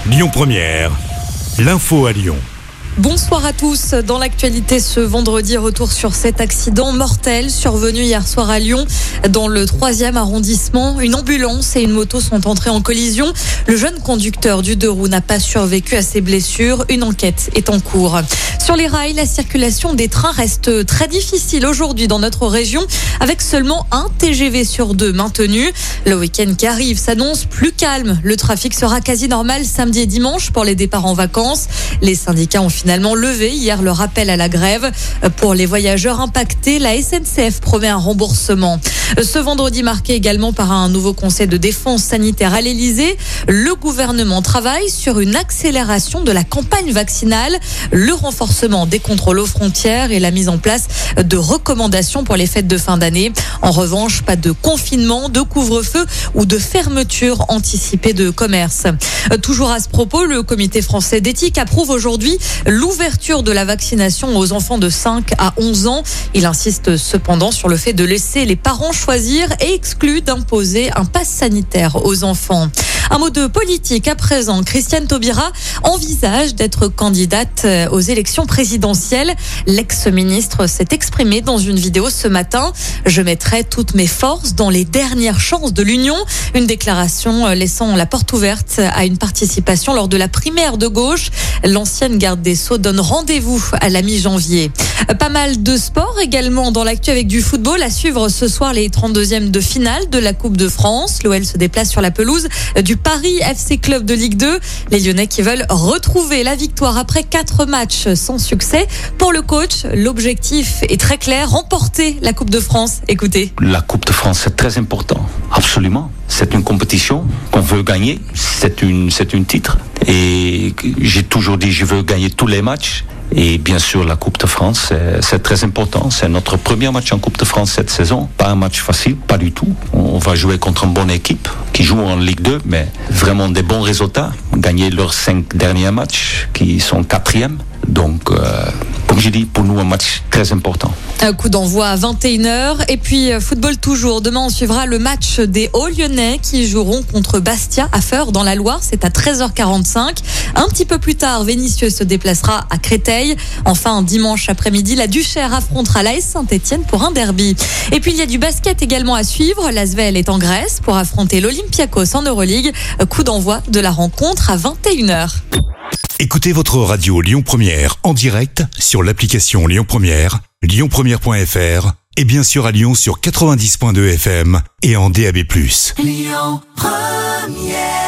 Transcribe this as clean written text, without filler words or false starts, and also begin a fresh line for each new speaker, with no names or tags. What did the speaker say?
Lyon Première, l'info à Lyon.
Bonsoir à tous. Dans l'actualité ce vendredi, retour sur cet accident mortel survenu hier soir à Lyon, dans le 3e arrondissement. Une ambulance et une moto sont entrées en collision. Le jeune conducteur du 2 roues n'a pas survécu à ses blessures. Une enquête est en cours. Sur les rails, la circulation des trains reste très difficile aujourd'hui dans notre région, avec seulement un TGV sur 2 maintenu. Le week-end qui arrive s'annonce plus calme. Le trafic sera quasi normal samedi et dimanche pour les départs en vacances. Les syndicats ont finalement levé hier leur appel à la grève. Pour les voyageurs impactés, la SNCF promet un remboursement. Ce vendredi marqué également par un nouveau conseil de défense sanitaire à l'Elysée. Le gouvernement travaille sur une accélération de la campagne vaccinale, le renforcement des contrôles aux frontières et la mise en place de recommandations pour les fêtes de fin d'année. En revanche, pas de confinement, de couvre-feu ou de fermeture anticipée de commerce. Toujours à ce propos, le comité français d'éthique approuve aujourd'hui l'ouverture de la vaccination aux enfants de 5 à 11 ans. Il insiste cependant sur le fait de laisser les parents choisir et exclut d'imposer un pass sanitaire aux enfants. Un mot de politique à présent. Christiane Taubira envisage d'être candidate aux élections présidentielles. L'ex-ministre s'est exprimée dans une vidéo ce matin. Je mettrai toutes mes forces dans les dernières chances de l'Union. Une déclaration laissant la porte ouverte à une participation lors de la primaire de gauche. L'ancienne garde des Sceaux donne rendez-vous à la mi-janvier. Pas mal de sport également dans l'actu avec du football. À suivre ce soir les 32e de finale de la Coupe de France. L'OL se déplace sur la pelouse du Paris FC Club de Ligue 2. Les Lyonnais qui veulent retrouver la victoire après 4 matchs sans succès. Pour le coach, l'objectif est très clair, remporter la Coupe de France. Écoutez.
La Coupe de France, c'est très important. Absolument. C'est une compétition qu'on veut gagner. C'est une titre. Et j'ai toujours dit, je veux gagner tous les matchs. Et bien sûr, la Coupe de France, c'est très important. C'est notre premier match en Coupe de France cette saison. Pas un match facile, pas du tout. On va jouer contre une bonne équipe qui joue en Ligue 2, mais vraiment des bons résultats. Gagner leurs 5 derniers matchs, qui sont 4e. Donc, comme j'ai dit, pour nous, un match très important.
Un coup d'envoi à 21h. Et puis, football toujours. Demain, on suivra le match des Hauts-Lyonnais qui joueront contre Bastia à Feurs dans la Loire. C'est à 13h45. Un petit peu plus tard, Vénissieux se déplacera à Créteil. Enfin, dimanche après-midi, la Duchère affrontera l'AS Saint-Etienne pour un derby. Et puis, il y a du basket également à suivre. L'Asvel est en Grèce pour affronter l'Olympiakos en Euroleague. Coup d'envoi de la rencontre à 21h.
Écoutez votre radio Lyon Première en direct sur l'application Lyon Première, lyonpremière.fr et bien sûr à Lyon sur 90.2 FM et en DAB+.
Lyon Première.